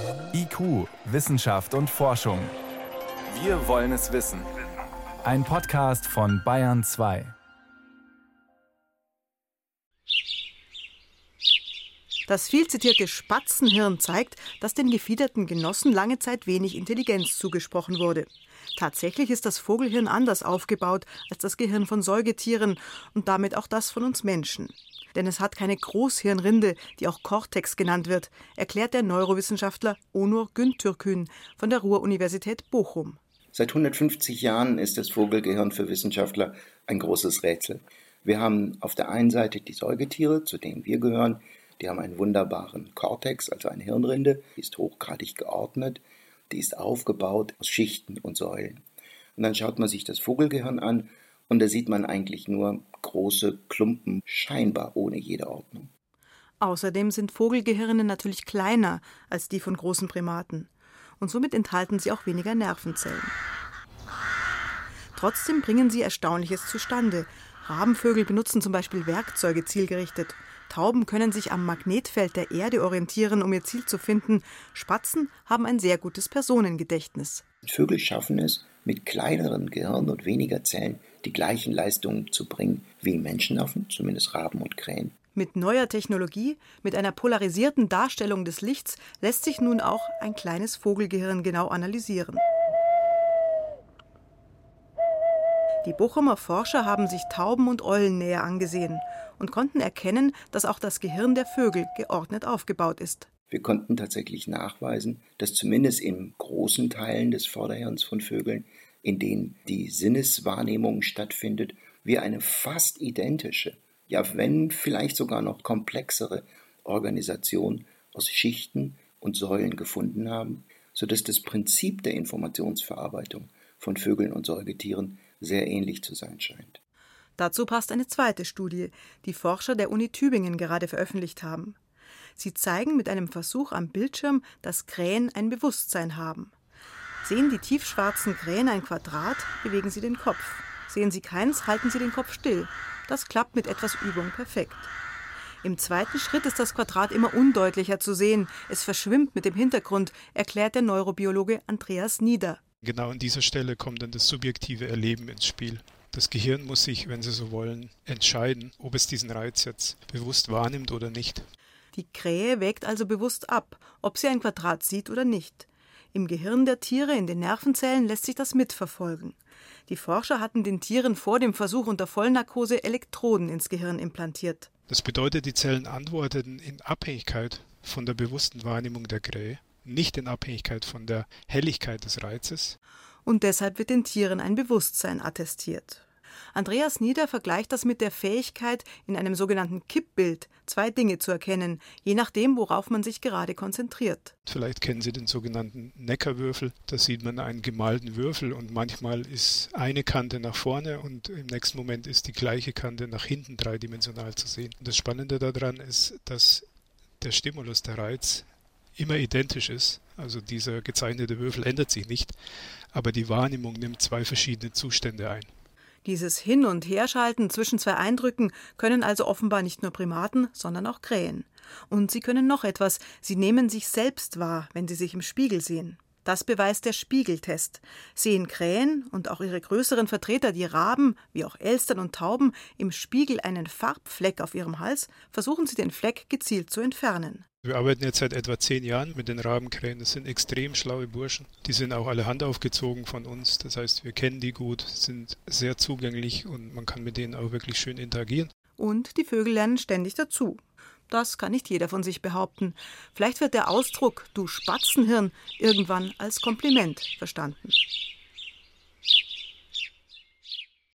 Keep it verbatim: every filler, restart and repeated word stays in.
I Q, Wissenschaft und Forschung. Wir wollen es wissen. Ein Podcast von Bayern zwei. Das viel zitierte Spatzenhirn zeigt, dass den gefiederten Genossen lange Zeit wenig Intelligenz zugesprochen wurde. Tatsächlich ist das Vogelhirn anders aufgebaut als das Gehirn von Säugetieren und damit auch das von uns Menschen. Denn es hat keine Großhirnrinde, die auch Cortex genannt wird, erklärt der Neurowissenschaftler Onur Güntürkün von der Ruhr-Universität Bochum. Seit hundertfünfzig Jahren ist das Vogelgehirn für Wissenschaftler ein großes Rätsel. Wir haben auf der einen Seite die Säugetiere, zu denen wir gehören. Die haben einen wunderbaren Cortex, also eine Hirnrinde, die ist hochgradig geordnet, die ist aufgebaut aus Schichten und Säulen. Und dann schaut man sich das Vogelgehirn an und da sieht man eigentlich nur große Klumpen, scheinbar ohne jede Ordnung. Außerdem sind Vogelgehirne natürlich kleiner als die von großen Primaten und somit enthalten sie auch weniger Nervenzellen. Trotzdem bringen sie Erstaunliches zustande. Rabenvögel benutzen zum Beispiel Werkzeuge zielgerichtet. Tauben können sich am Magnetfeld der Erde orientieren, um ihr Ziel zu finden. Spatzen haben ein sehr gutes Personengedächtnis. Vögel schaffen es, mit kleineren Gehirn und weniger Zellen die gleichen Leistungen zu bringen wie Menschenaffen, zumindest Raben und Krähen. Mit neuer Technologie, mit einer polarisierten Darstellung des Lichts, lässt sich nun auch ein kleines Vogelgehirn genau analysieren. Die Bochumer Forscher haben sich Tauben und Eulen näher angesehen und konnten erkennen, dass auch das Gehirn der Vögel geordnet aufgebaut ist. Wir konnten tatsächlich nachweisen, dass zumindest in großen Teilen des Vorderhirns von Vögeln, in denen die Sinneswahrnehmung stattfindet, wir eine fast identische, ja wenn vielleicht sogar noch komplexere Organisation aus Schichten und Säulen gefunden haben, sodass das Prinzip der Informationsverarbeitung von Vögeln und Säugetieren sehr ähnlich zu sein scheint. Dazu passt eine zweite Studie, die Forscher der Uni Tübingen gerade veröffentlicht haben. Sie zeigen mit einem Versuch am Bildschirm, dass Krähen ein Bewusstsein haben. Sehen die tiefschwarzen Krähen ein Quadrat, bewegen sie den Kopf. Sehen sie keins, halten sie den Kopf still. Das klappt mit etwas Übung perfekt. Im zweiten Schritt ist das Quadrat immer undeutlicher zu sehen. Es verschwimmt mit dem Hintergrund, erklärt der Neurobiologe Andreas Nieder. Genau an dieser Stelle kommt dann das subjektive Erleben ins Spiel. Das Gehirn muss sich, wenn Sie so wollen, entscheiden, ob es diesen Reiz jetzt bewusst wahrnimmt oder nicht. Die Krähe wägt also bewusst ab, ob sie ein Quadrat sieht oder nicht. Im Gehirn der Tiere, in den Nervenzellen, lässt sich das mitverfolgen. Die Forscher hatten den Tieren vor dem Versuch unter Vollnarkose Elektroden ins Gehirn implantiert. Das bedeutet, die Zellen antworteten in Abhängigkeit von der bewussten Wahrnehmung der Krähe, nicht in Abhängigkeit von der Helligkeit des Reizes. Und deshalb wird den Tieren ein Bewusstsein attestiert. Andreas Nieder vergleicht das mit der Fähigkeit, in einem sogenannten Kippbild zwei Dinge zu erkennen, je nachdem, worauf man sich gerade konzentriert. Vielleicht kennen Sie den sogenannten Neckerwürfel. Da sieht man einen gemalten Würfel und manchmal ist eine Kante nach vorne und im nächsten Moment ist die gleiche Kante nach hinten dreidimensional zu sehen. Und das Spannende daran ist, dass der Stimulus, der Reiz, immer identisch ist. Also dieser gezeichnete Würfel ändert sich nicht, aber die Wahrnehmung nimmt zwei verschiedene Zustände ein. Dieses Hin- und Herschalten zwischen zwei Eindrücken können also offenbar nicht nur Primaten, sondern auch Krähen. Und sie können noch etwas, sie nehmen sich selbst wahr, wenn sie sich im Spiegel sehen. Das beweist der Spiegeltest. Sehen Krähen und auch ihre größeren Vertreter, die Raben, wie auch Elstern und Tauben, im Spiegel einen Farbfleck auf ihrem Hals, versuchen sie den Fleck gezielt zu entfernen. Wir arbeiten jetzt seit etwa zehn Jahren mit den Rabenkrähen. Das sind extrem schlaue Burschen. Die sind auch alle handaufgezogen von uns. Das heißt, wir kennen die gut, sind sehr zugänglich und man kann mit denen auch wirklich schön interagieren. Und die Vögel lernen ständig dazu. Das kann nicht jeder von sich behaupten. Vielleicht wird der Ausdruck »du Spatzenhirn« irgendwann als Kompliment verstanden.